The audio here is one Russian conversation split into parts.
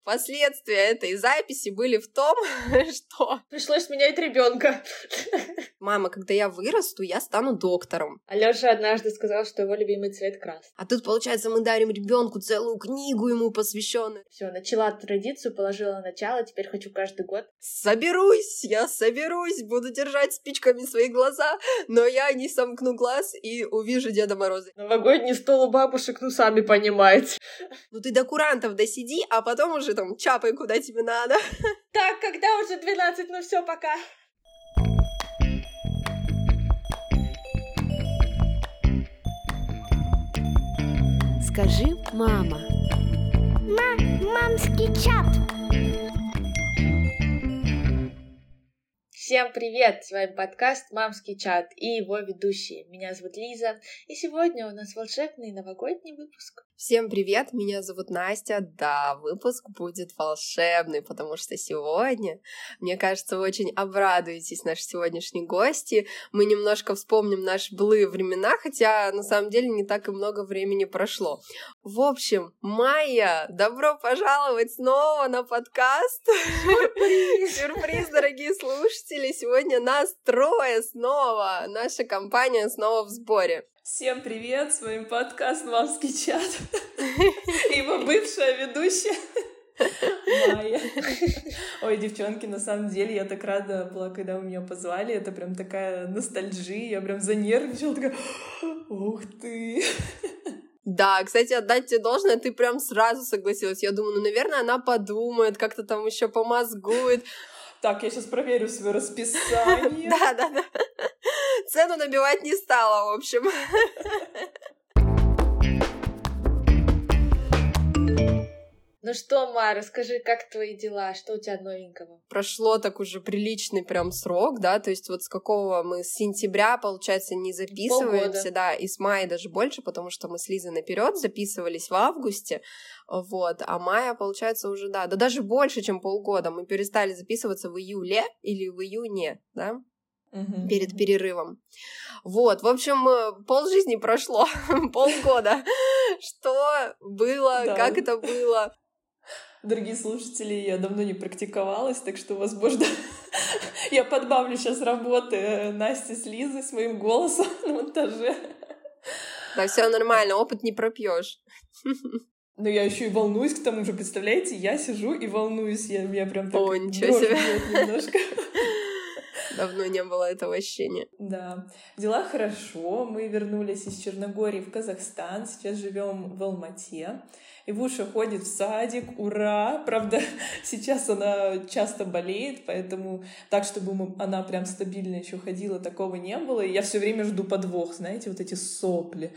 последствия этой записи были в том, что... Пришлось менять ребенка. Мама, когда я вырасту, я стану доктором. Алёша однажды сказал, что его любимый цвет красный. А тут, получается, мы дарим ребенку целую книгу ему посвященную. Все, начала традицию, положила начало, теперь хочу каждый год. Я соберусь, буду держать спичками свои глаза, но я не сомкну глаз и увижу Деда Мороза. Новогодний стол у бабушек, ну сами понимаете. Ну ты до курантов досиди, а потом уже там чапай, куда тебе надо. Так, когда уже 12, ну все, пока. Скажи, мама. Мамский чат. Всем привет! С вами подкаст «Мамский чат» и его ведущие. Меня зовут Лиза, и сегодня у нас волшебный новогодний выпуск. Всем привет, меня зовут Настя. Да, выпуск будет волшебный, потому что сегодня, мне кажется, вы очень обрадуетесь, наши сегодняшние гости. Мы немножко вспомним наши былые времена, хотя на самом деле не так и много времени прошло. В общем, Майя, добро пожаловать снова на подкаст. Сюрприз, дорогие слушатели, сегодня нас трое снова. Наша компания снова в сборе. Всем привет, с вами подкаст «Мамский чат» и его бывшая ведущая Майя. Ой, девчонки, на самом деле я так рада была, когда вы меня позвали, это прям такая ностальжия, я прям занервничала, такая, ух ты. Да, кстати, отдать тебе должное, ты прям сразу согласилась. Я думаю, наверное, она подумает, как-то там еще помозгует. Так, я сейчас проверю свое расписание. Да. Цену набивать не стала, в общем. Ну что, Ма, расскажи, как твои дела, что у тебя новенького? Прошло так уже приличный прям срок, да, то есть вот с какого мы с сентября, получается, не записываемся, полгода. Да, и с мая даже больше, потому что мы с Лизой наперед записывались в августе, вот, а мая, получается, уже, да даже больше, чем полгода, мы перестали записываться в июле или в июне, да, перед перерывом. Вот, в общем, полжизни прошло, полгода. Что было, Да. как это было? Дорогие слушатели, я давно не практиковалась, так что, возможно, я подбавлю сейчас работы Насти с Лизой с моим голосом на монтаже. Да, все нормально, опыт не пропьешь. Но я еще и волнуюсь, к тому же, представляете, я сижу и волнуюсь, я прям так ничего дрожь себе. бьет немножко. Давно не было этого ощущения. Да, дела хорошо, мы вернулись из Черногории в Казахстан, сейчас живем в Алмате. Ивуша ходит в садик, ура! Правда, сейчас она часто болеет, поэтому так, чтобы она прям стабильно еще ходила, такого не было. И я все время жду подвох, знаете, вот эти сопли.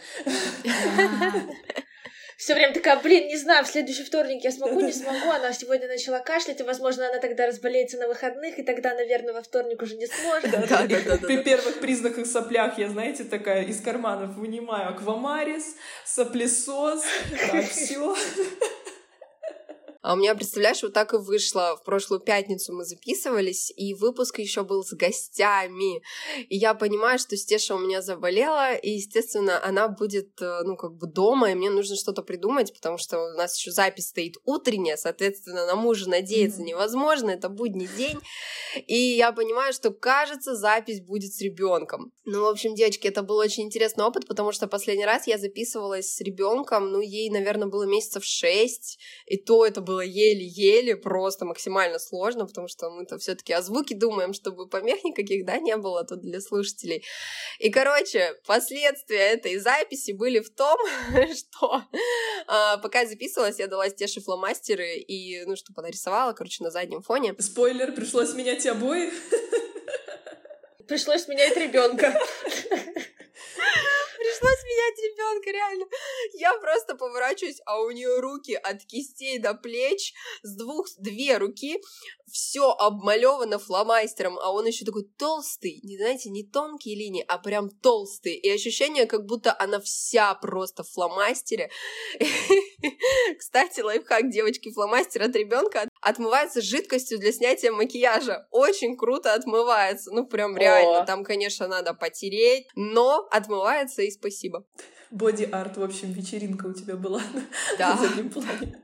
Все время такая, не знаю, в следующий вторник я смогу, не смогу. Она сегодня начала кашлять, и, возможно, она тогда разболеется на выходных, и тогда, наверное, во вторник уже не сможет. Да. При первых признаках соплях я, знаете, такая из карманов вынимаю аквамарис, соплесос, так, все. А у меня, представляешь, вот так и вышло. В прошлую пятницу мы записывались, и выпуск еще был с гостями. И я понимаю, что Стеша у меня заболела, и, естественно, она будет, дома, и мне нужно что-то придумать, потому что у нас еще запись стоит утренняя, соответственно, на мужа надеяться невозможно, это будний день. И я понимаю, что, кажется, запись будет с ребенком. Ну, в общем, девочки, это был очень интересный опыт, потому что последний раз я записывалась с ребенком, ей, наверное, было месяцев 6, и то это было еле-еле, просто максимально сложно, потому что мы-то все-таки о звуке думаем, чтобы помех никаких, не было тут для слушателей. И, последствия этой записи были в том, что пока я записывалась, я дала Стеше фломастеры и, чтобы нарисовала, на заднем фоне. Спойлер, пришлось менять обои. Пришлось менять ребенка. Пришлось менять ребенка, реально. Я просто поворачиваюсь, а у нее руки от кистей до плеч, две руки, все обмалевано фломастером, а он еще такой толстый, не тонкие линии, а прям толстый. И ощущение, как будто она вся просто в фломастере. Кстати, лайфхак, девочки, фломастер от ребенка отмывается жидкостью для снятия макияжа. Очень круто отмывается. Прям реально. Там, конечно, надо потереть, но отмывается, и спасибо. Боди-арт, в общем, вечеринка у тебя была Да. на заднем плане.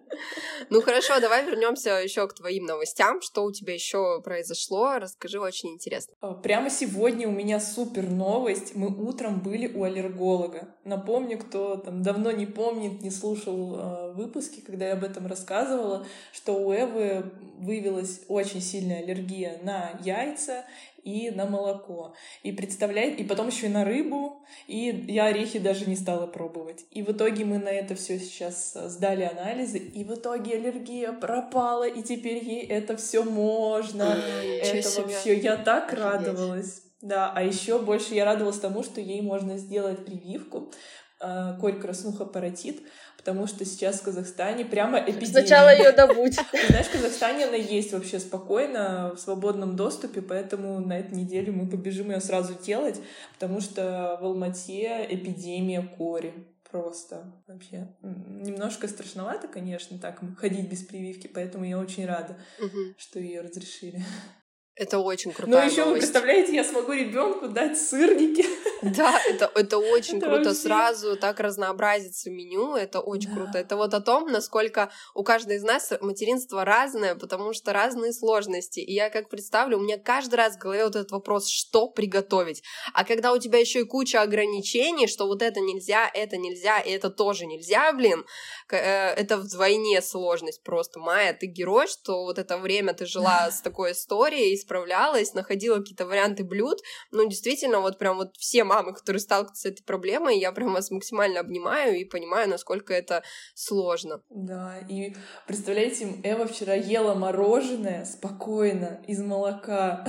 Ну хорошо, давай вернемся еще к твоим новостям. Что у тебя еще произошло? Расскажи, очень интересно. Прямо сегодня у меня супер новость. Мы утром были у аллерголога. Напомню, кто там давно не помнит, не слушал выпуски, когда я об этом рассказывала, что у Эвы выявилась очень сильная аллергия на яйца и на молоко. И потом еще и на рыбу, и я орехи даже не стала пробовать. И в итоге мы на это все сейчас сдали анализы, и в итоге аллергия пропала, и теперь ей это все можно. Это вообще я так радовалась. Да, а еще больше я радовалась тому, что ей можно сделать прививку корь краснуха паротит, потому что сейчас в Казахстане прямо эпидемия. Сначала ее добудь. Ты знаешь, в Казахстане она есть вообще спокойно, в свободном доступе, поэтому на этой неделе мы побежим ее сразу делать, потому что в Алмате эпидемия кори. Просто вообще. Немножко страшновато, конечно, так ходить без прививки, поэтому я очень рада, что ее разрешили. Это очень крутая новость. Но еще вы представляете, я смогу ребенку дать сырники. Да, это очень круто. Сразу так разнообразится меню. Это очень круто. Это вот о том, насколько у каждой из нас материнство разное, потому что разные сложности. И я как представлю, у меня каждый раз в голове вот этот вопрос, что приготовить. А когда у тебя еще и куча ограничений, что вот это нельзя, и это тоже нельзя, блин, это вдвойне сложность просто. Майя, ты герой, что вот это время ты жила с такой историей, справлялась, находила какие-то варианты блюд. Ну, действительно, вот прям вот все мамы, которые сталкиваются с этой проблемой, я прям вас максимально обнимаю и понимаю, насколько это сложно. Да, и представляете, Эва вчера ела мороженое спокойно из молока.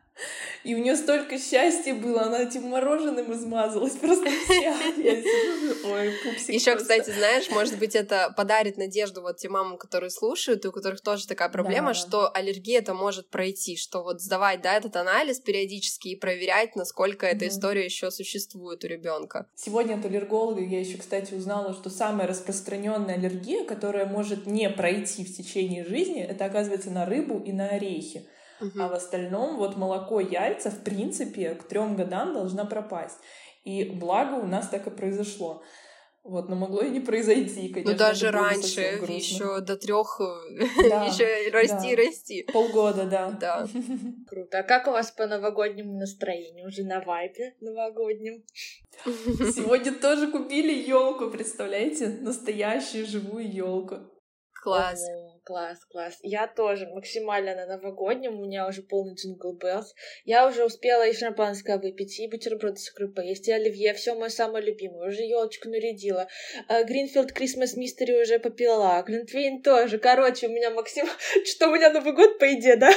И у нее столько счастья было, она этим мороженым измазалась просто вся. Я сижу, ой, пупсик. Еще, кстати, знаешь, может быть, это подарит надежду вот тем мамам, которые слушают, и у которых тоже такая проблема, что аллергия это может пройти, что вот сдавать, да, этот анализ периодически и проверять, насколько эта история еще существует у ребенка. Сегодня от аллерголога я еще, кстати, узнала, что самая распространенная аллергия, которая может не пройти в течение жизни, это, оказывается, на рыбу и на орехи. А в остальном вот молоко, яйца, в принципе, к 3 годам должна пропасть. И благо у нас так и произошло. Вот, но могло и не произойти, конечно. Ну даже раньше, еще до 3, еще расти. Полгода, да. Круто. А как у вас по новогоднему настроению? Уже на вайбе новогоднем? Сегодня тоже купили елку, представляете? Настоящую живую елку. Класс. Класс. Я тоже максимально на новогоднем, у меня уже полный джингл беллс. Я уже успела и шампанское выпить, и бутерброды с икрой поесть, и оливье, все мое самое любимое. Уже елочку нарядила. Гринфилд Christmas Mystery уже попила. Глинтвейн тоже. Короче, у меня Что у меня Новый год, по идее, да?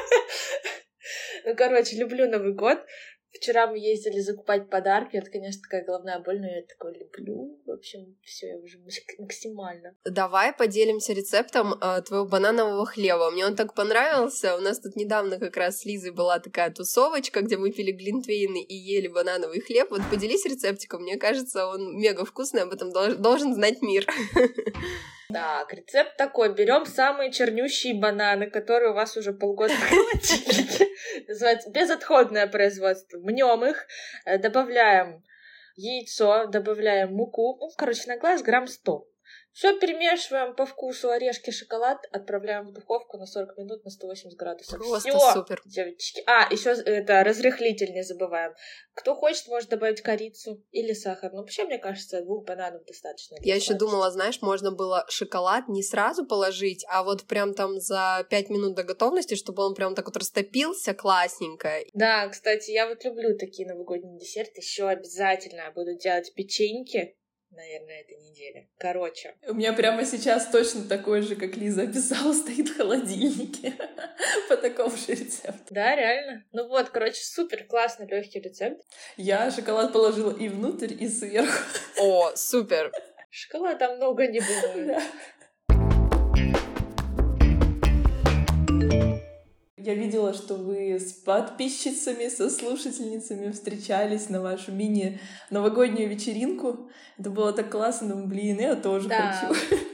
Ну, короче, люблю Новый год. Вчера мы ездили закупать подарки. Это, конечно, такая головная боль, но я такое люблю. В общем, все, я уже максимально. Давай поделимся рецептом твоего бананового хлеба. Мне он так понравился. У нас тут недавно как раз с Лизой была такая тусовочка, где мы пили глинтвейны и ели банановый хлеб. Вот поделись рецептиком. Мне кажется, он мега вкусный, об этом должен знать мир. Так, рецепт такой. Берем самые чернющие бананы, которые у вас уже полгода в холодильнике. Называется безотходное производство. Мнем их, добавляем яйцо, добавляем муку. Ну, короче, на глаз грамм 100. Все перемешиваем по вкусу, орешки, шоколад, отправляем в духовку на 40 минут на 180 градусов. Просто Всё, супер. Девочки. Еще это разрыхлитель не забываем. Кто хочет, может добавить корицу или сахар. Но вообще, мне кажется, 2 бананов достаточно. Я еще думала, знаешь, можно было шоколад не сразу положить, а вот прям там за 5 минут до готовности, чтобы он прям так вот растопился классненько. Да, кстати, я вот люблю такие новогодние десерты. Еще обязательно буду делать печеньки. Наверное, этой неделе. Короче. У меня прямо сейчас точно такой же, как Лиза описала, стоит в холодильнике. По такому же рецепту. Да, реально. Ну вот, короче, супер классный легкий рецепт. Я шоколад положила и внутрь, и сверху. О, супер. Шоколада много не бывает. Я видела, что вы с подписчицами, со слушательницами встречались на вашу мини-новогоднюю вечеринку. Это было так классно, думаю, блин, я тоже хочу. О,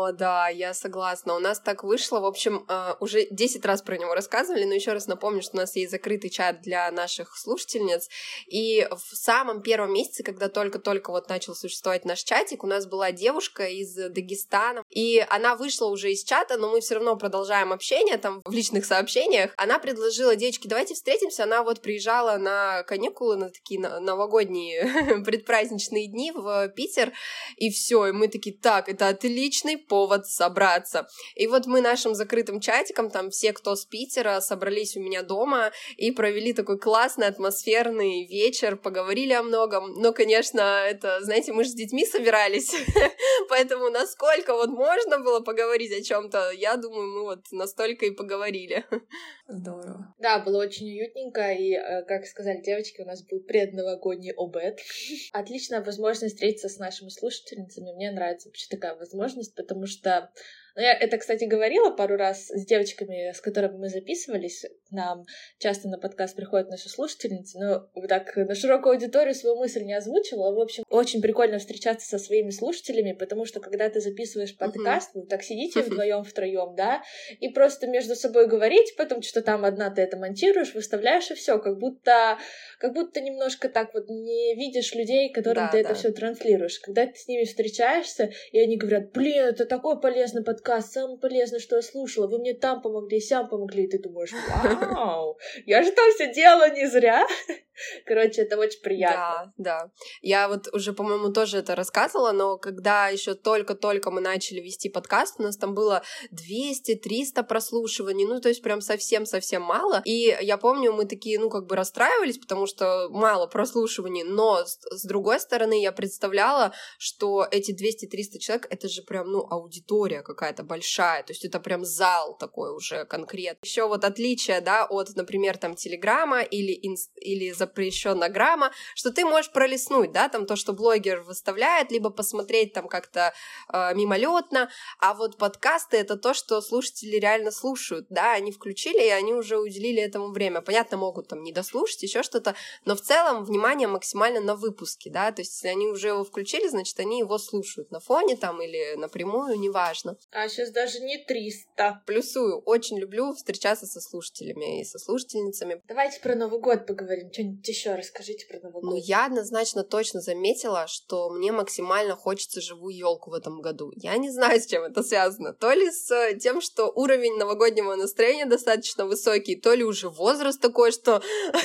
О, да, я согласна. У нас так вышло, в общем, уже 10 раз про него рассказывали, но еще раз напомню, что у нас есть закрытый чат для наших слушательниц, и в самом первом месяце, когда только-только вот начал существовать наш чатик, у нас была девушка из Дагестана, и она вышла уже из чата, но мы все равно продолжаем общение там в личных сообщениях. Она предложила: девочки, давайте встретимся. Она вот приезжала на каникулы, на такие новогодние предпраздничные дни в Питер, и все, и мы такие: так, это отличный повод собраться. И вот мы нашим закрытым чатиком, там все, кто с Питера, собрались у меня дома и провели такой классный атмосферный вечер, поговорили о многом. Но, конечно, это, знаете, мы же с детьми собирались, поэтому насколько вот можно было поговорить о чем-то, я думаю, мы вот настолько и поговорили. Здорово. Да, было очень уютненько, и, как сказали девочки, у нас был предновогодний обед. Отличная возможность встретиться с нашими слушательницами. Мне нравится вообще такая возможность, потому что... Ну, я это, кстати, говорила пару раз с девочками, с которыми мы записывались. К нам часто на подкаст приходят наши слушательницы, но вот так на широкую аудиторию свою мысль не озвучила. В общем, очень прикольно встречаться со своими слушателями, потому что, когда ты записываешь подкаст, вы так сидите вдвоем-втроем, да, и просто между собой говорить, потом что-то там одна ты это монтируешь, выставляешь, и все, как будто немножко так вот не видишь людей, которым ты это все транслируешь. Когда ты с ними встречаешься, и они говорят: блин, это такой полезный подкаст, самое полезное, что я слушала, вы мне там помогли, сям помогли, и ты думаешь: вау, я же там все делала не зря. Короче, это очень приятно. Да. Я вот уже, по-моему, тоже это рассказывала, но когда еще только-только мы начали вести подкаст, у нас там было 200-300 прослушиваний, ну, то есть прям совсем-совсем мало. И я помню, мы такие, ну, как бы расстраивались, потому что мало прослушиваний, но с другой стороны я представляла, что эти 200-300 человек, это же прям, ну, аудитория какая-то большая, то есть это прям зал такой уже конкретный. Еще вот отличие, да, от, например, там, Телеграма или запрещенограмма, что ты можешь пролистнуть, да, там то, что блогер выставляет, либо посмотреть там как-то мимолетно, а вот подкасты — это то, что слушатели реально слушают, да, они включили, и они уже уделили этому время. Понятно, могут там не дослушать, еще что-то, но в целом внимание максимально на выпуске, да, то есть если они уже его включили, значит, они его слушают на фоне там или напрямую, неважно. А сейчас даже не 300. Плюсую, очень люблю встречаться со слушателями и со слушательницами. Давайте про Новый год поговорим. Что-нибудь еще расскажите про Новый год. Ну, я однозначно точно заметила, что мне максимально хочется живую елку в этом году. Я не знаю, с чем это связано. То ли с тем, что уровень новогоднего настроения достаточно высокий, то ли уже возраст такой, что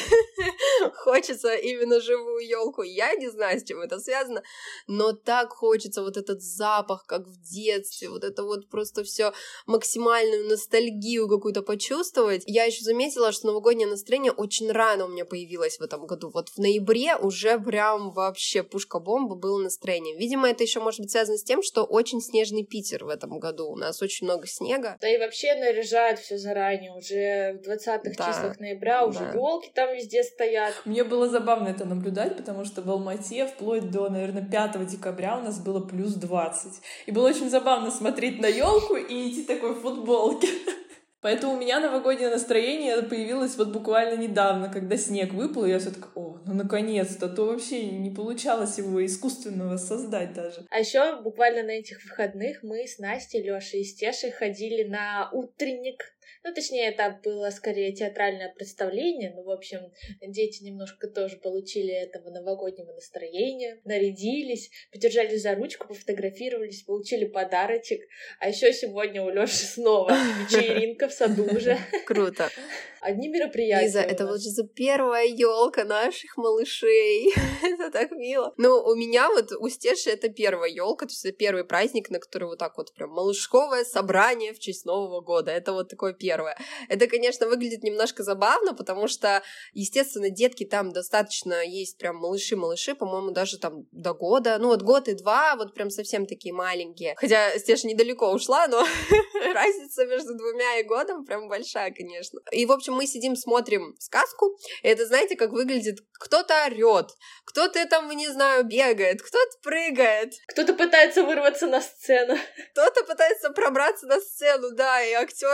хочется именно живую елку. Я не знаю, с чем это связано, но так хочется вот этот запах, как в детстве, вот это вот просто все максимальную ностальгию какую-то почувствовать. Я еще заметила, что новогоднее настроение очень рано у меня появилось в этом году. Вот в ноябре уже прям вообще пушка-бомба было настроение. Видимо, это еще может быть связано с тем, что очень снежный Питер в этом году. У нас очень много снега. Да и вообще наряжают все заранее. Уже в 20-х числах ноября уже елки там везде стоят. Мне было забавно это наблюдать, потому что в Алмате вплоть до, наверное, 5 декабря у нас было плюс 20. И было очень забавно смотреть на елку и идти такой в футболке. Поэтому у меня новогоднее настроение появилось вот буквально недавно, когда снег выпал, и я все такая: о, ну наконец-то, то вообще не получалось его искусственного создать даже. А еще буквально на этих выходных мы с Настей, Лешей и Стешей ходили на утренник. Ну, точнее, это было скорее театральное представление, но, в общем, дети немножко тоже получили этого новогоднего настроения, нарядились, подержали за ручку, пофотографировались, получили подарочек. А еще сегодня у Лёши снова вечеринка в саду уже. Круто. Одни мероприятия. Лиза, это получается первая елка наших малышей. Это так мило. Ну, у меня вот у Стеши это первая елка, то есть это первый праздник, на который вот так вот прям малышковое собрание в честь Нового года. Это вот такое первое. Это, конечно, выглядит немножко забавно, потому что, естественно, детки там достаточно есть прям малыши-малыши, по-моему, даже там до года. Ну, вот год и 2, вот прям совсем такие маленькие. Хотя Стеша недалеко ушла, но разница между 2 и годом прям большая, конечно. И, в общем, мы сидим, смотрим сказку, и это, знаете, как выглядит: кто-то орёт, кто-то там, не знаю, бегает, кто-то прыгает. Кто-то пытается вырваться на сцену. Кто-то пытается пробраться на сцену, да, и актеры там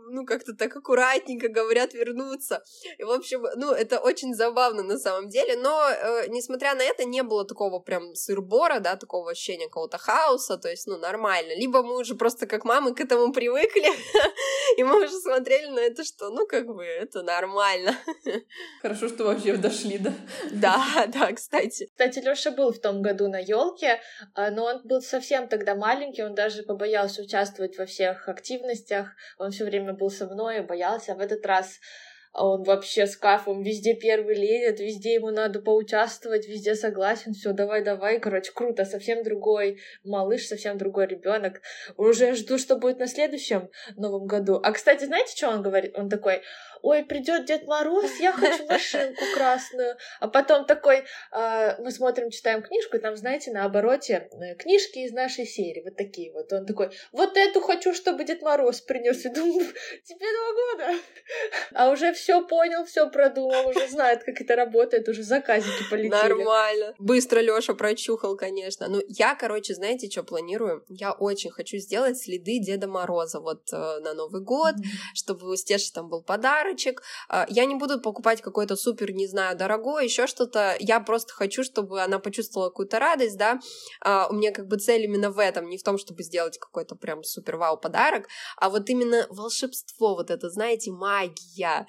как-то так аккуратненько говорят вернуться. И, в общем, это очень забавно на самом деле, но, несмотря на это, не было такого прям сыр-бора, да, такого ощущения какого-то хаоса, то есть, нормально. Либо мы уже просто как мамы к этому привыкли, и мы уже смотрели на это, что, это нормально. Хорошо, что вообще дошли, да? Да, кстати. Кстати, Лёша был в том году на ёлке, но он был совсем тогда маленький, он даже побоялся участвовать во всех активностях, он все время был со мной и боялся, а в этот раз он вообще с кайфом везде первый лезет, везде ему надо поучаствовать, везде согласен, все, давай, короче, круто, совсем другой малыш, совсем другой ребенок. Уже жду, что будет на следующем Новом году. А, кстати, знаете, что он говорит? Он такой: ой, придет Дед Мороз, я хочу машинку красную. А потом такой, мы смотрим, читаем книжку, и там, знаете, на обороте книжки из нашей серии, вот такие вот. Он такой: вот эту хочу, чтобы Дед Мороз принес. И думаю, тебе 2 года. А уже все понял, все продумал, уже знает, как это работает, уже заказики полетели. Нормально. Быстро Лёша прочухал, конечно. Я, знаете, что планирую? Я очень хочу сделать следы Деда Мороза на Новый год, чтобы у Стеши там был подарочек. Я не буду покупать какой-то супер, не знаю, дорогой, еще что-то. Я просто хочу, чтобы она почувствовала какую-то радость, да. У меня цель именно в этом, не в том, чтобы сделать какой-то прям супер-вау подарок, а именно волшебство, это, знаете, магия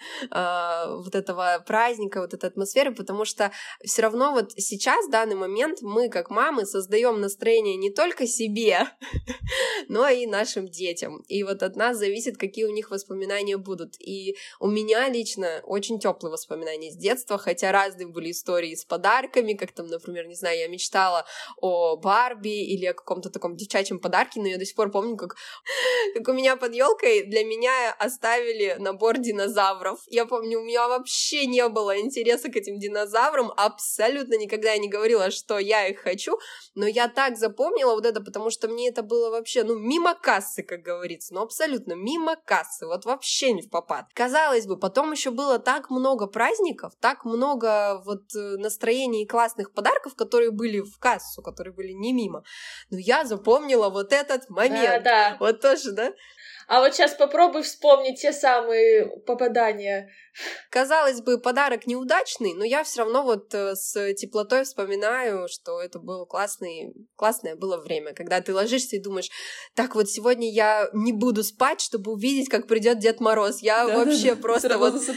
этого праздника, этой атмосферы, потому что все равно сейчас, в данный момент, мы, как мамы, создаем настроение не только себе, но и нашим детям. И от нас зависит, какие у них воспоминания будут. И у меня лично очень теплые воспоминания с детства, хотя разные были истории с подарками, как там, например, не знаю, я мечтала о Барби или о каком-то таком девчачьем подарке, но я до сих пор помню, как у меня под елкой для меня оставили набор динозавров. Я помню, у меня вообще не было интереса к этим динозаврам, абсолютно никогда я не говорила, что я их хочу, но я так запомнила это, потому что мне это было вообще, мимо кассы, как говорится, абсолютно мимо кассы, вообще не впопад. Казалось бы, потом еще было так много праздников, так много настроений и классных подарков, которые были в кассу, которые были не мимо. Но я запомнила этот момент. Да. Тоже, да? А сейчас попробуй вспомнить те самые попадания. Казалось бы, подарок неудачный, но я все равно с теплотой вспоминаю, что это было классное было время, когда ты ложишься и думаешь: так сегодня я не буду спать, чтобы увидеть, как придет Дед Мороз. Я вообще просто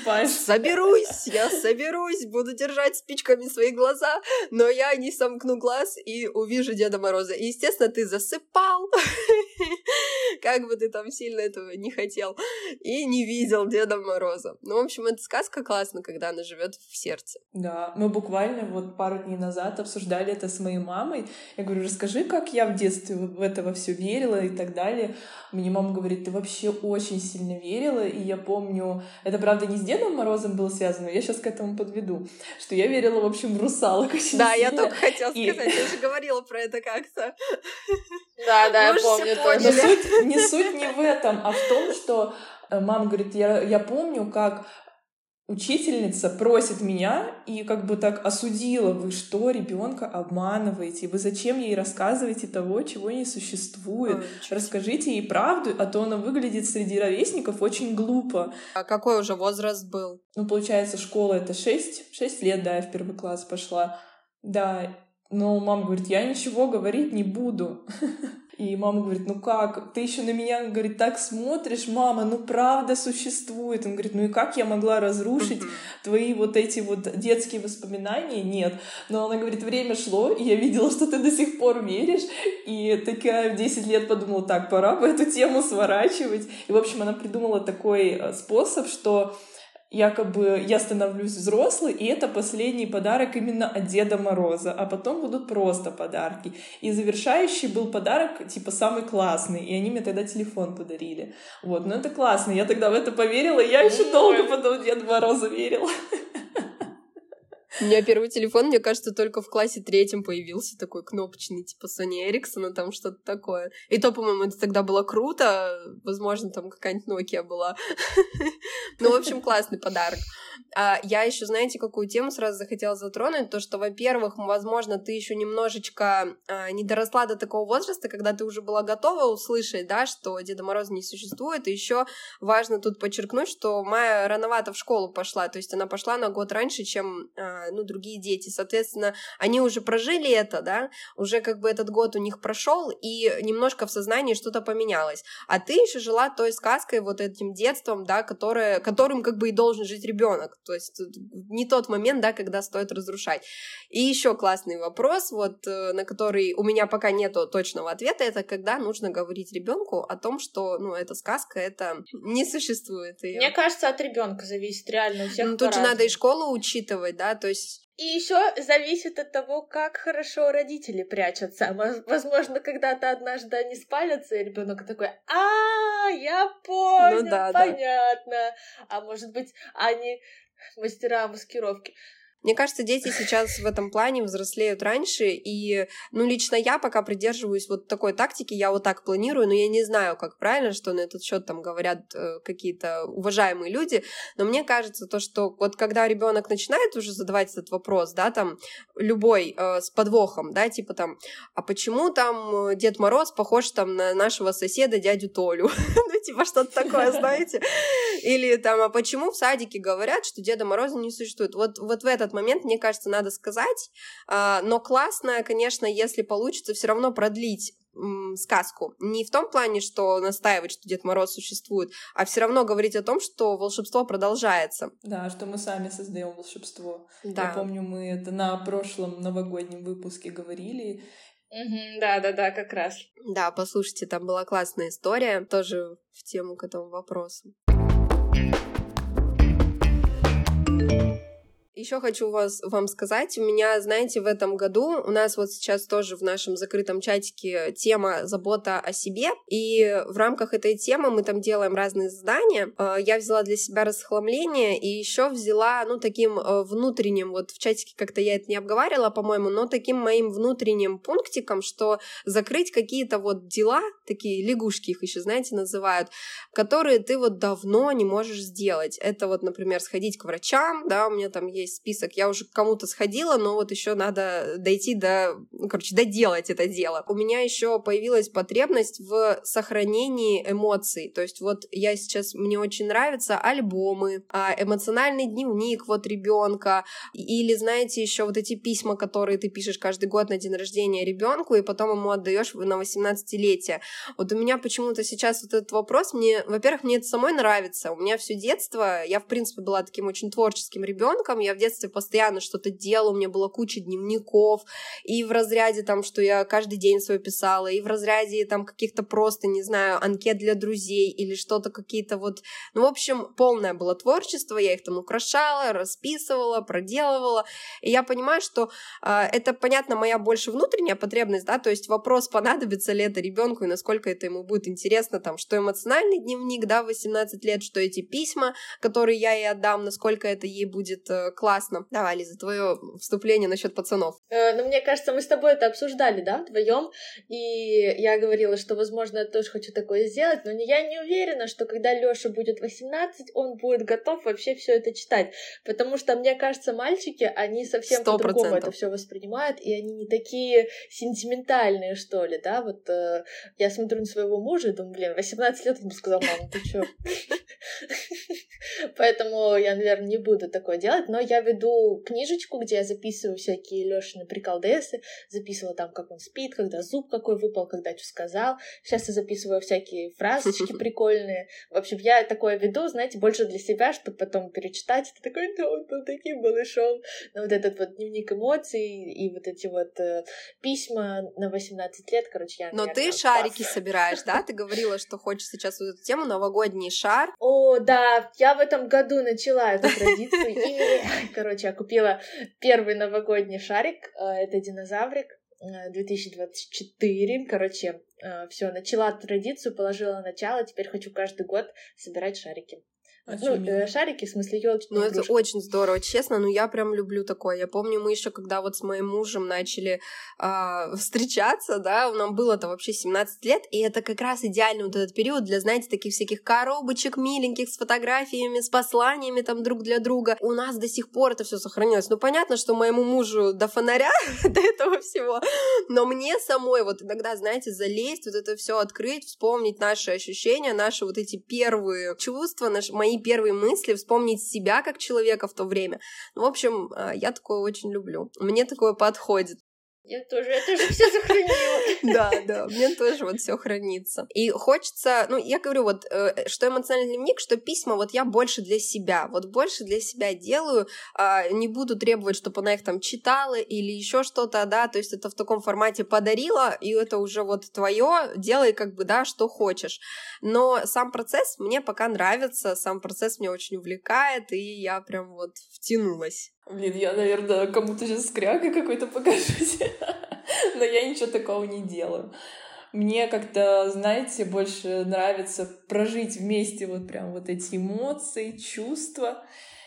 соберусь, буду держать спичками свои глаза, но я не сомкну глаз и увижу Деда Мороза. И, естественно, ты засыпал, как бы ты там сильно этого не хотел, и не видел Деда Мороза. В общем, эта сказка классно, когда она живет в сердце. Да, мы буквально пару дней назад обсуждали это с моей мамой. Я говорю: расскажи, как я в детстве в это во все верила и так далее. Мне мама говорит: ты вообще очень сильно верила. И я помню, это правда не с Дедом Морозом было связано, я сейчас к этому подведу, что я верила, в общем, в русалок очень да, сильно. Я только хотела сказать, я же говорила про это как-то. Да, я помню тоже. Но суть не в этом, а в том, что мама говорит: я помню, как учительница просит меня и так осудила: вы что, ребенка обманываете? Вы зачем ей рассказываете того, чего не существует? Расскажите ей правду, а то она выглядит среди ровесников очень глупо. А какой уже возраст был? Получается, школа — это 6 лет, да, я в 1 класс пошла. Да, но мама говорит: я ничего говорить не буду. И мама говорит: ну как? Ты еще на меня, говорит, так смотришь, мама, правда существует. Он говорит: ну и как я могла разрушить твои эти детские воспоминания? Нет. Но она говорит: время шло, и я видела, что ты до сих пор веришь. И такая в 10 лет подумала: так, пора бы эту тему сворачивать. И, в общем, она придумала такой способ, что якобы я становлюсь взрослой, и это последний подарок именно от Деда Мороза, а потом будут просто подарки. И завершающий был подарок, самый классный, и они мне тогда телефон подарили. Но это классно, я тогда в это поверила, и я еще долго потом в Деда Мороза верила. У меня первый телефон, мне кажется, только в классе 3 появился такой кнопочный, типа Sony Ericsson, там что-то такое. И то, по-моему, это тогда было круто. Возможно, там какая-нибудь Nokia была. Ну, в общем, классный подарок. Я еще, знаете, какую тему сразу захотела затронуть? То, что, во-первых, возможно, ты еще немножечко не доросла до такого возраста, когда ты уже была готова услышать, да, что Деда Мороза не существует. И еще важно тут подчеркнуть, что Майя рановато в школу пошла, то есть она пошла на год раньше, чем, другие дети. Соответственно, они уже прожили это, да, уже как бы этот год у них прошел, и немножко в сознании что-то поменялось. А ты еще жила той сказкой, вот этим детством, да, которым как бы и должен жить ребенок. То есть не тот момент, да, когда стоит разрушать. И еще классный вопрос, вот, на который у меня пока нету точного ответа, это когда нужно говорить ребенку о том, что, эта сказка, это не существует. Её. Мне кажется, от ребенка зависит реально у всех. Тут же надо и школу учитывать, да, то есть. И еще зависит от того, как хорошо родители прячутся. Возможно, когда-то однажды они спалятся, и ребенок такой: я понял, понятно. Да. А может быть, они мастера маскировки. Мне кажется, дети сейчас в этом плане взрослеют раньше, и, лично я пока придерживаюсь вот такой тактики, я вот так планирую, но я не знаю, как правильно, что на этот счет там говорят какие-то уважаемые люди, но мне кажется, то, что вот когда ребенок начинает уже задавать этот вопрос, да, там, любой с подвохом, да, типа там, а почему там Дед Мороз похож там на нашего соседа дядю Толю? Ну, типа что-то такое, знаете? Или там, а почему в садике говорят, что Деда Мороза не существует? Вот в этот момент, мне кажется, надо сказать, но классно, конечно, если получится все равно продлить сказку. Не в том плане, что настаивать, что Дед Мороз существует, а все равно говорить о том, что волшебство продолжается. Да, что мы сами создаем волшебство. Да. Я помню, мы это на прошлом новогоднем выпуске говорили. Да, как раз. Да, послушайте, там была классная история, тоже в тему к этому вопросу. Еще хочу вам сказать, у меня, знаете, в этом году у нас вот сейчас тоже в нашем закрытом чатике тема «Забота о себе», и в рамках этой темы мы там делаем разные задания. Я взяла для себя расхламление и еще взяла, таким внутренним, вот в чатике как-то я это не обговаривала, по-моему, но таким моим внутренним пунктиком, что закрыть какие-то вот дела, такие лягушки их еще, знаете, называют, которые ты вот давно не можешь сделать. Это вот, например, сходить к врачам, да, у меня там есть список, я уже к кому-то сходила, но вот еще надо дойти доделать это дело. У меня еще появилась потребность в сохранении эмоций, то есть вот я сейчас, мне очень нравятся альбомы, эмоциональный дневник вот ребенка, или, знаете, еще вот эти письма, которые ты пишешь каждый год на день рождения ребенку, и потом ему отдаешь на 18-летие. Вот у меня почему-то сейчас вот этот вопрос, во-первых, мне это самой нравится, у меня все детство, я, в принципе, была таким очень творческим ребенком, я в детстве постоянно что-то делала, у меня была куча дневников, и в разряде там, что я каждый день свое писала, и в разряде там каких-то просто, не знаю, анкет для друзей или что-то какие-то вот, в общем, полное было творчество, я их там украшала, расписывала, проделывала, и я понимаю, что это, понятно, моя больше внутренняя потребность, да, то есть вопрос, понадобится ли это ребенку и насколько это ему будет интересно, там, что эмоциональный дневник, да, в 18 лет, что эти письма, которые я ей отдам, насколько это ей будет классно. Давай, Лиза, твое вступление насчет пацанов. Мне кажется, мы с тобой это обсуждали, да, вдвоем, и я говорила, что, возможно, я тоже хочу такое сделать, но я не уверена, что когда Лёша будет 18, он будет готов вообще все это читать, потому что, мне кажется, мальчики, они совсем 100%. По-другому это все воспринимают, и они не такие сентиментальные, что ли, да, вот я смотрю на своего мужа и думаю, 18 лет, он бы сказал: мама, ты чё? Поэтому я, наверное, не буду такое делать, но я веду книжечку, где я записываю всякие Лёшины приколдесы, записывала там, как он спит, когда зуб какой выпал, когда что сказал. Сейчас я записываю всякие фразочки прикольные. В общем, я такое веду, знаете, больше для себя, чтобы потом перечитать. Это такой: да, он был таким малышом. Но вот этот вот дневник эмоций и вот эти вот письма на 18 лет, короче, я... Но ты шарики собираешь, да? Ты говорила, что хочешь сейчас вот эту тему, новогодний шар. О, да, я в этом году начала эту традицию. Короче, я купила первый новогодний шарик. Это динозаврик 2024. Короче, все, начала традицию, положила начало. Теперь хочу каждый год собирать шарики. Шарики, в смысле, ёлочные игрушки. Это очень здорово, честно, я прям люблю такое. Я помню, мы еще когда вот с моим мужем начали встречаться, да, нам было-то вообще 17 лет, и это как раз идеальный вот этот период для, знаете, таких всяких коробочек миленьких с фотографиями, с посланиями там друг для друга. У нас до сих пор это все сохранилось. Понятно, что моему мужу до фонаря, до этого всего, но мне самой вот иногда, знаете, залезть, вот это все открыть, вспомнить наши ощущения, наши вот эти первые чувства, мои первые мысли, вспомнить себя как человека в то время. В общем, я такое очень люблю. Мне такое подходит. Я тоже все сохранила. Да, мне тоже вот все хранится. И хочется, я говорю, вот, что эмоциональный дневник, что письма, вот я больше для себя, делаю, не буду требовать, чтобы она их там читала или еще что-то, да, то есть это в таком формате подарила, и это уже вот твое, делай как бы, да, что хочешь. Но сам процесс мне пока нравится, сам процесс меня очень увлекает, и я прям вот втянулась. Блин, я, наверное, кому-то сейчас скрягой какой-то покажусь, но я ничего такого не делаю. Мне как-то, знаете, больше нравится прожить вместе вот прям вот эти эмоции, чувства.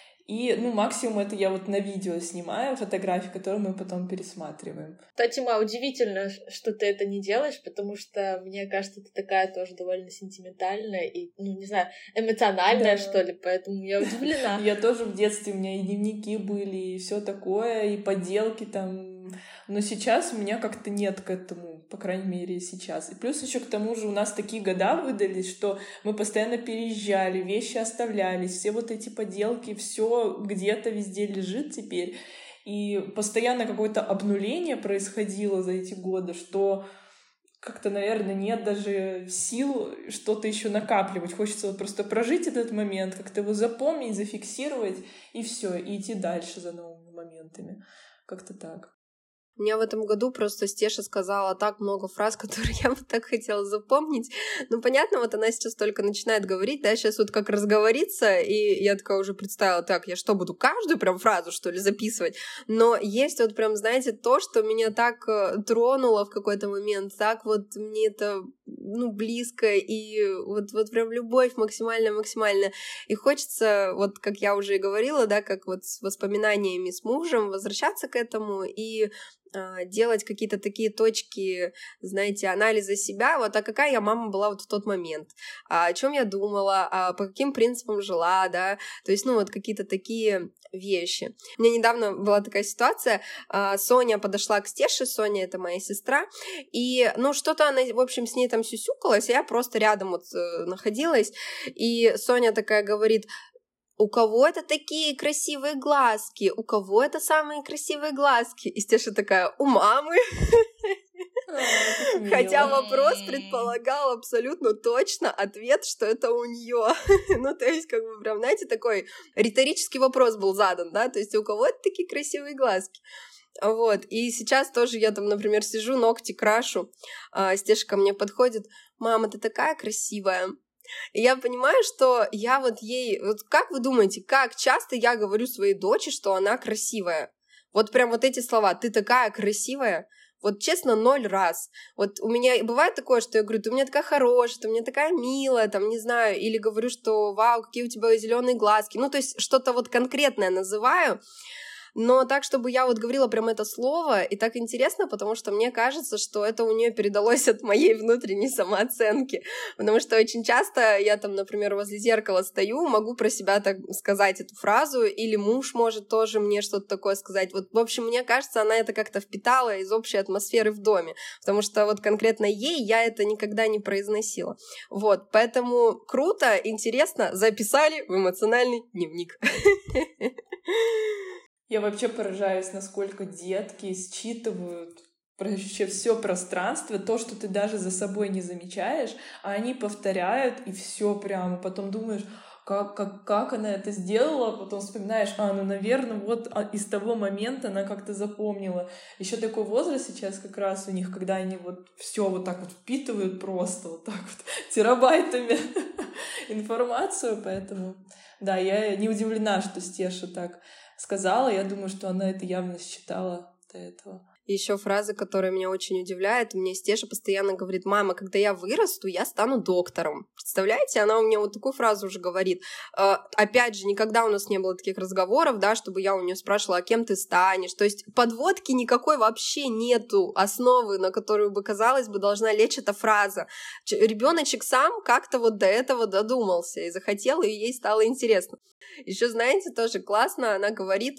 И, максимум это я вот на видео снимаю фотографии, которые мы потом пересматриваем. Кстати, удивительно, что ты это не делаешь, потому что, мне кажется, ты такая тоже довольно сентиментальная и, не знаю, эмоциональная, что ли, поэтому я удивлена. Я тоже в детстве, у меня и дневники были, и все такое, и поделки там. Но сейчас у меня как-то нет к этому, по крайней мере, сейчас. И плюс еще к тому же у нас такие года выдались, что мы постоянно переезжали, вещи оставлялись, все вот эти поделки, все где-то везде лежит теперь. И постоянно какое-то обнуление происходило за эти годы, что как-то, наверное, нет даже сил что-то еще накапливать. Хочется вот просто прожить этот момент, как-то его запомнить, зафиксировать, и все, и идти дальше за новыми моментами. Как-то так. У меня в этом году просто Стеша сказала так много фраз, которые я бы так хотела запомнить. Понятно, вот она сейчас только начинает говорить, да, сейчас вот как разговорится, и я такая уже представила, так, я что, буду каждую прям фразу, что ли, записывать? Но есть вот прям, знаете, то, что меня так тронуло в какой-то момент, так вот мне это, близко, и вот прям любовь максимально. И хочется, вот как я уже и говорила, да, как вот с воспоминаниями с мужем возвращаться к этому и делать какие-то такие точки, знаете, анализа себя, вот, а какая я мама была вот в тот момент, о чем я думала, по каким принципам жила, да, то есть, вот какие-то такие вещи. У меня недавно была такая ситуация, Соня подошла к Стеше, Соня — это моя сестра, и, что-то она, в общем, с ней там сюсюкалась, а я просто рядом вот находилась, и Соня такая говорит: у кого это такие красивые глазки? У кого это самые красивые глазки? И Стеша такая: у мамы. Хотя вопрос предполагал абсолютно точно ответ, что это у нее. То есть, как бы прям, знаете, такой риторический вопрос был задан, да, то есть у кого это такие красивые глазки? Вот, и сейчас тоже я там, например, сижу, ногти крашу, Стеша ко мне подходит: мама, ты такая красивая. И я понимаю, что я вот ей... Вот как вы думаете, как часто я говорю своей дочери, что она красивая? Вот прям вот эти слова: ты такая красивая. Вот честно, 0 раз. Вот у меня бывает такое, что я говорю: ты у меня такая хорошая, ты у меня такая милая, там, не знаю, или говорю, что вау, какие у тебя зеленые глазки. То есть что-то вот конкретное называю, но так, чтобы я вот говорила прям это слово, и так интересно, потому что мне кажется, что это у нее передалось от моей внутренней самооценки, потому что очень часто я там, например, возле зеркала стою, могу про себя так сказать эту фразу, или муж может тоже мне что-то такое сказать. Вот, в общем, мне кажется, она это как-то впитала из общей атмосферы в доме, потому что вот конкретно ей я это никогда не произносила. Вот, поэтому круто, интересно, записали в эмоциональный дневник. Я вообще поражаюсь, насколько детки считывают вообще все пространство, то, что ты даже за собой не замечаешь, а они повторяют, и все прямо. Потом думаешь, как она это сделала, потом вспоминаешь, наверное, вот из того момента она как-то запомнила. Еще такой возраст сейчас как раз у них, когда они вот все вот так вот впитывают просто вот так вот терабайтами информацию, поэтому да, я не удивлена, что Стеша так сказала. Я думаю, что она это явно считала до этого. Еще фраза, которая меня очень удивляет. Мне Стеша постоянно говорит: мама, когда я вырасту, я стану доктором. Представляете, она у меня вот такую фразу уже говорит. Опять же, никогда у нас не было таких разговоров, да, чтобы я у нее спрашивала, а кем ты станешь. То есть подводки никакой вообще нету, основы, на которую бы, казалось бы, должна лечь эта фраза. Ребеночек сам как-то вот до этого додумался и захотел, и ей стало интересно. Еще, знаете, тоже классно, она говорит: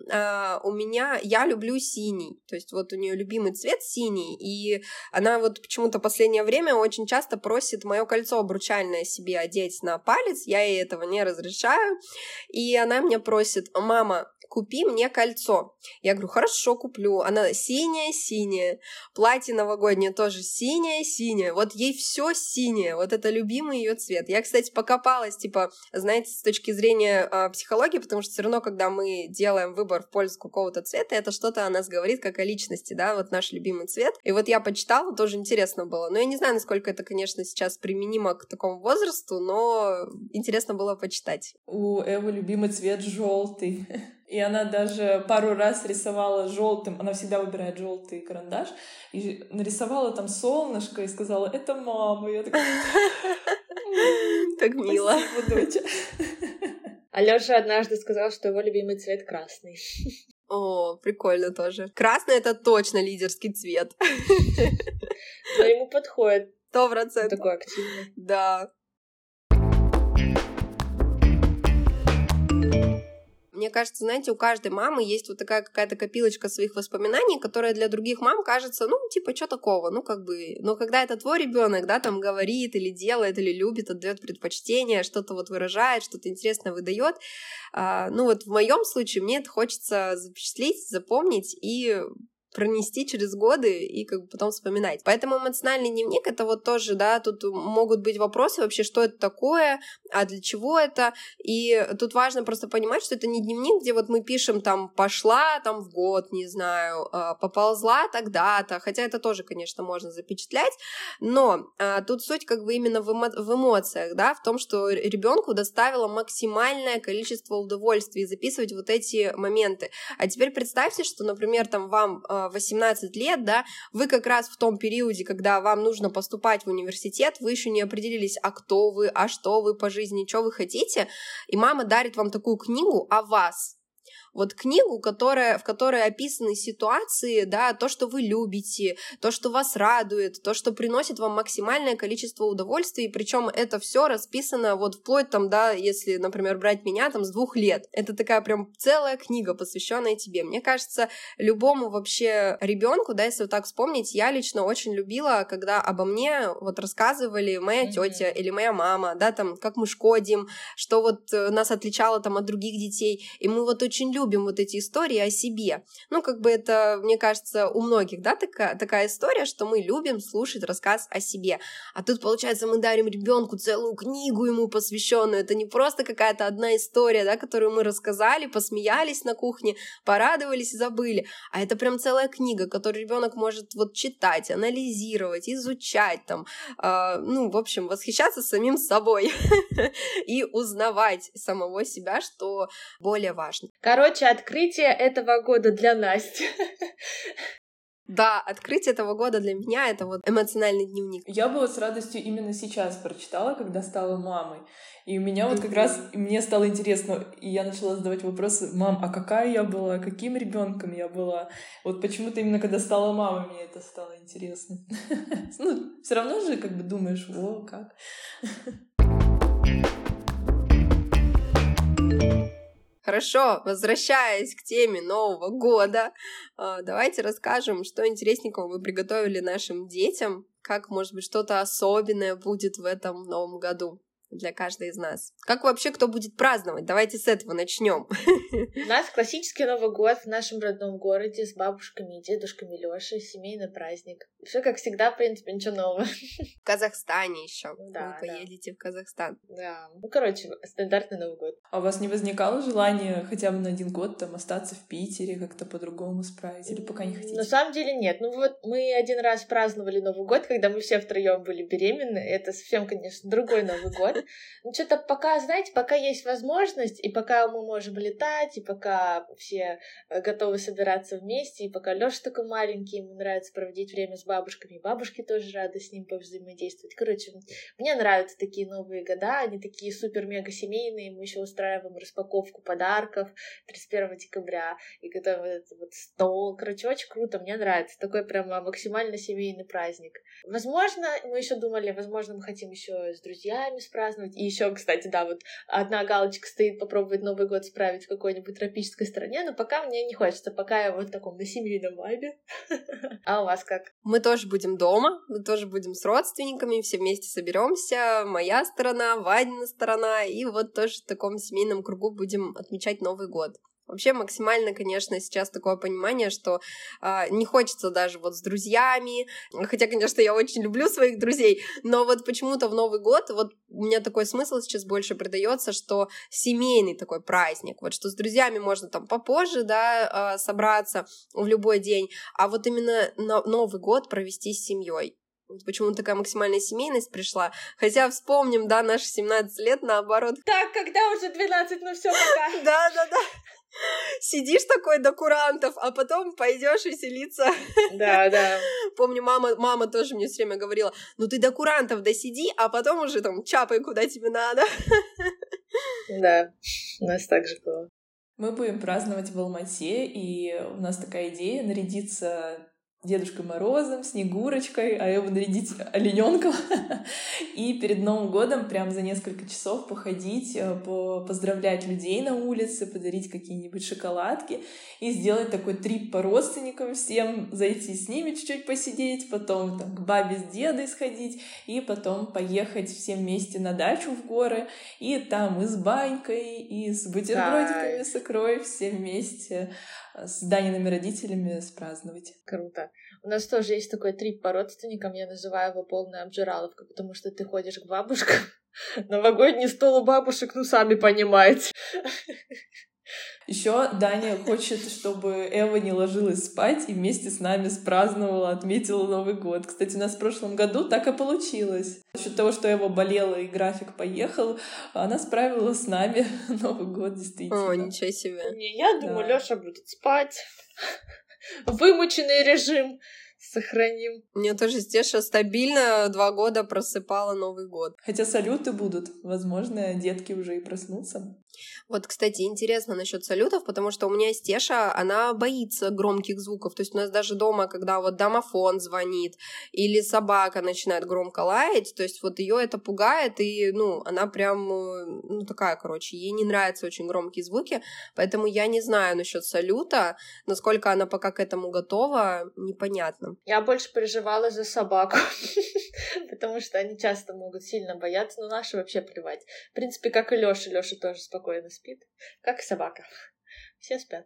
я люблю синий. То есть вот у нее любимый цвет синий, и она вот почему-то в последнее время очень часто просит мое кольцо обручальное себе одеть на палец, я ей этого не разрешаю, и она меня просит: мама, купи мне кольцо. Я говорю: хорошо, куплю. Она синяя-синяя, платье новогоднее тоже синее-синее, вот ей все синее, вот это любимый ее цвет. Я, кстати, покопалась, типа, знаете, с точки зрения психологии, потому что все равно, когда мы делаем выбор в пользу какого-то цвета, это что-то о нас говорит как о личности, да, вот наш любимый цвет. И вот я почитала, тоже интересно было. Но я не знаю, насколько это, конечно, сейчас применимо к такому возрасту, но интересно было почитать. У Эвы любимый цвет желтый. И она даже пару раз рисовала желтым, она всегда выбирает желтый карандаш, и нарисовала там солнышко и сказала: это мама. Я такая: так мило. Спасибо, доча. Алёша однажды сказал, что его любимый цвет красный. О, прикольно тоже. Красный — это точно лидерский цвет. Но ему подходит. 100%. Такой активный. Да. Мне кажется, знаете, у каждой мамы есть вот такая какая-то копилочка своих воспоминаний, которая для других мам кажется, ну, типа, что такого, ну, как бы, но когда это твой ребенок, да, там говорит или делает, или любит, отдает предпочтение, что-то вот выражает, что-то интересное выдает, ну, вот в моем случае мне это хочется запечатлеть, запомнить и пронести через годы и как бы потом вспоминать. Поэтому эмоциональный дневник — это вот тоже, да, тут могут быть вопросы вообще, что это такое, а для чего это, и тут важно просто понимать, что это не дневник, где вот мы пишем там «пошла там в год», не знаю, «поползла тогда-то», хотя это тоже, конечно, можно запечатлять, но тут суть как бы именно в эмоциях, да, в том, что ребенку доставило максимальное количество удовольствия записывать вот эти моменты. А теперь представьте, что, например, там вам 18 лет, да, вы как раз в том периоде, когда вам нужно поступать в университет, вы еще не определились, а кто вы, а что вы по жизни, что вы хотите, и мама дарит вам такую книгу о вас. Вот книгу, в которой описаны ситуации, да, то, что вы любите, то, что вас радует, то, что приносит вам максимальное количество удовольствия, и причем это все расписано вот вплоть там, да, если, например, брать меня там с 2 лет. Это такая прям целая книга, посвященная тебе. Мне кажется, любому вообще ребенку, да, если вот так вспомнить, я лично очень любила, когда обо мне вот рассказывали моя тетя или моя мама, да, там, как мы шкодим, что вот нас отличало там от других детей, и мы вот очень любим вот эти истории о себе. Ну, как бы это, мне кажется, у многих, да, такая история, что мы любим слушать рассказ о себе. А тут, получается, мы дарим ребенку целую книгу ему посвященную. Это не просто какая-то одна история, да, которую мы рассказали, посмеялись на кухне, порадовались и забыли. А это прям целая книга, которую ребенок может вот читать, анализировать, изучать там, ну, в общем, восхищаться самим собой и узнавать самого себя, что более важно. Короче, открытие этого года для Насти. Да, открытие этого года для меня — это вот эмоциональный дневник. Я бы вот с радостью именно сейчас прочитала, когда стала мамой. И у меня вот как раз, мне стало интересно, и я начала задавать вопросы: мам, а какая я была, каким ребенком я была? Вот почему-то именно когда стала мамой, мне это стало интересно. Ну, все равно же как бы думаешь: о, как... Хорошо, возвращаясь к теме Нового года, давайте расскажем, что интересненького мы приготовили нашим детям, как, может быть, что-то особенное будет в этом Новом году для каждой из нас. Как вообще кто будет праздновать? Давайте с этого начнем. У нас классический Новый год в нашем родном городе с бабушками и дедушками Лёшей, семейный праздник. Все как всегда, в принципе, ничего нового. В Казахстане еще. Да, вы поедете в Казахстан. Да. Ну, короче, стандартный Новый год. А у вас не возникало желания хотя бы на 1 год там остаться в Питере, как-то по-другому справить, или пока не хотите? На самом деле нет. Ну вот мы 1 раз праздновали Новый год, когда мы все втроем были беременны. Это совсем, конечно, другой Новый год. Но что-то пока, знаете, пока есть возможность, и пока мы можем летать, и пока все готовы собираться вместе, и пока Лёша такой маленький, ему нравится проводить время с бабушками, и бабушки тоже рады с ним повзаимодействовать. Короче, мне нравятся такие Новые года, они такие супер-мега семейные, мы еще устраиваем распаковку подарков 31 декабря и готовим этот вот стол. Короче, очень круто, мне нравится. Такой прямо максимально семейный праздник. Возможно, мы еще думали, возможно, мы хотим еще с друзьями спраздновать. И еще, кстати, да, вот одна галочка стоит попробовать Новый год справить в какой-нибудь тропической стране, но пока мне не хочется, пока я вот в таком на семейном вайбе. А у вас как? Мы тоже будем дома, мы тоже будем с родственниками, все вместе соберемся, моя сторона, Вадина сторона, и вот тоже в таком семейном кругу будем отмечать Новый год. Вообще максимально, конечно, сейчас такое понимание, что не хочется даже вот с друзьями, хотя, конечно, я очень люблю своих друзей, но вот почему-то в Новый год вот у меня такой смысл сейчас больше придается, что семейный такой праздник, вот что с друзьями можно там попозже, да, собраться в любой день, а вот именно Новый год провести с семьей. Почему такая максимальная семейность пришла. Хотя вспомним, да, наши 17 лет, наоборот. Так, когда уже 12, ну все, пока. Да. Сидишь такой до курантов, а потом пойдешь веселиться. Да. Помню, мама тоже мне все время говорила, ну ты до курантов досиди, а потом уже там чапай, куда тебе надо. Да, у нас так же было. Мы будем праздновать в Алмате, и у нас такая идея нарядиться Дедушкой Морозом, Снегурочкой, а его нарядить олененком и перед Новым годом прям за несколько часов походить, поздравлять людей на улице, подарить какие-нибудь шоколадки и сделать такой трип по родственникам всем, зайти с ними чуть-чуть посидеть, потом там, к бабе с дедой сходить и потом поехать всем вместе на дачу в горы и там и с банькой, и с бутербродиками с икрой все вместе с Даниными родителями спраздновать. Круто. У нас тоже есть такой трип по родственникам, я называю его полная обжираловка, потому что ты ходишь к бабушкам, новогодний стол у бабушек, ну, сами понимаете. Еще Даня хочет, чтобы Эва не ложилась спать и вместе с нами спраздновала, отметила Новый год. Кстати, у нас в прошлом году так и получилось. За счет того, что Эва болела и график поехал, она справила с нами Новый год, действительно. О, ничего себе. Не, я думаю, Лёша будет спать. Вымученный режим сохраним. Мне тоже Стеша стабильно 2 года просыпала Новый год. Хотя салюты будут. Возможно, детки уже и проснутся. Вот, кстати, интересно насчет салютов, потому что у меня Стеша, она боится громких звуков. То есть у нас даже дома, когда вот домофон звонит или собака начинает громко лаять, то есть вот ее это пугает, и, ну, она прям, ну, такая, короче, ей не нравятся очень громкие звуки, поэтому я не знаю насчет салюта, насколько она пока к этому готова, непонятно. Я больше переживала за собаку, потому что они часто могут сильно бояться, но наши вообще плевать. В принципе, как и Лёша. Лёша тоже спокойно спит, как и собака. Все спят.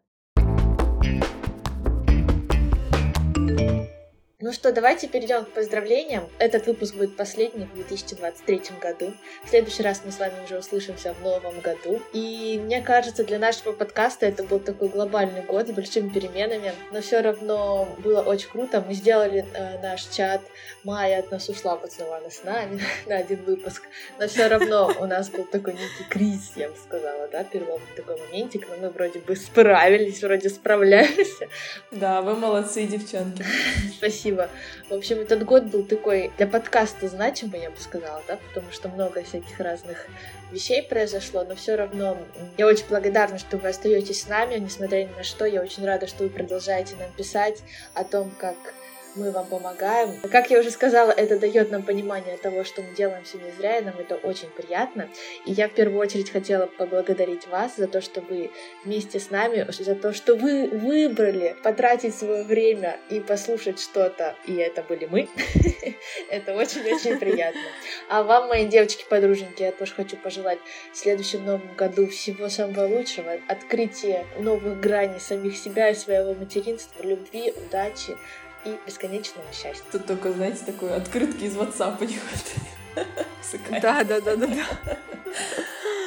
Ну что, давайте перейдем к поздравлениям. Этот выпуск будет последний в 2023 году. В следующий раз мы с вами уже услышимся в новом году. И мне кажется, для нашего подкаста это был такой глобальный год с большими переменами. Но все равно было очень круто. Мы сделали наш чат. Майя от нас ушла, пацанова она с нами на 1 выпуск. Но все равно у нас был такой некий кризис, я бы сказала, да, переломный такой моментик. Но мы вроде бы справились, вроде справляемся. Да, вы молодцы, девчонки. Спасибо. В общем, этот год был такой для подкаста значимый, я бы сказала, да, потому что много всяких разных вещей произошло, но все равно я очень благодарна, что вы остаетесь с нами, несмотря ни на что. Я очень рада, что вы продолжаете нам писать о том, как мы вам помогаем. Как я уже сказала, это дает нам понимание того, что мы делаем все не зря, и нам это очень приятно. И я в первую очередь хотела поблагодарить вас за то, что вы вместе с нами, за то, что вы выбрали потратить свое время и послушать что-то, и это были мы. Это очень-очень приятно. А вам, мои девочки-подруженьки, я тоже хочу пожелать в следующем новом году всего самого лучшего, открытия новых граней самих себя и своего материнства, любви, удачи и бесконечного счастья. Тут только, знаете, такой открытки из WhatsApp не хватает. Да.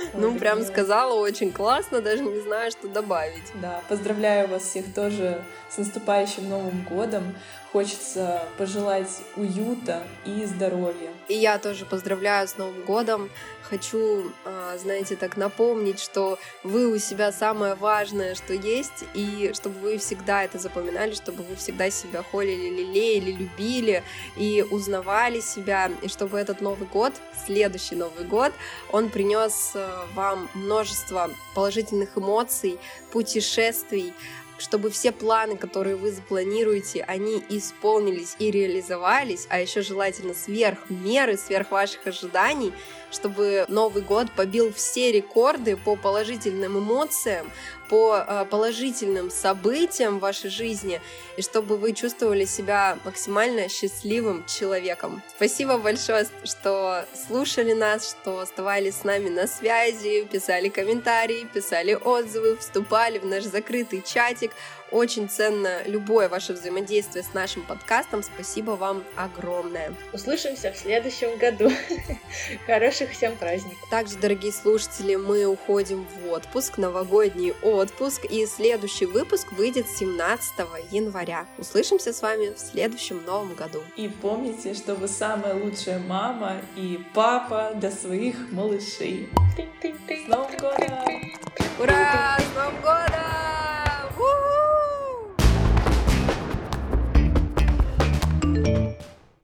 Ну, так прям мило. сказала очень классно, даже не знаю, что добавить. Да, поздравляю вас всех тоже с наступающим Новым годом. Хочется пожелать уюта и здоровья. И я тоже поздравляю с Новым годом. Хочу, знаете, так напомнить, что вы у себя самое важное, что есть, и чтобы вы всегда это запоминали, чтобы вы всегда себя холили, лелеяли, любили и узнавали себя, и чтобы этот Новый год, следующий Новый год, он принес вам множество положительных эмоций, путешествий, чтобы все планы, которые вы запланируете, они исполнились и реализовались, а еще желательно сверх меры, сверх ваших ожиданий, чтобы Новый год побил все рекорды по положительным эмоциям, по положительным событиям в вашей жизни, и чтобы вы чувствовали себя максимально счастливым человеком. Спасибо большое, что слушали нас, что оставались с нами на связи, писали комментарии, писали отзывы, вступали в наш закрытый чатик. Очень ценно любое ваше взаимодействие с нашим подкастом. Спасибо вам огромное. Услышимся в следующем году. Хороших всем праздников. Также, дорогие слушатели, мы уходим в отпуск, новогодний отпуск, и следующий выпуск выйдет 17 января. Услышимся с вами в следующем Новом году. И помните, что вы самая лучшая мама и папа для своих малышей. С Новым годом! Ура! С Новым годом!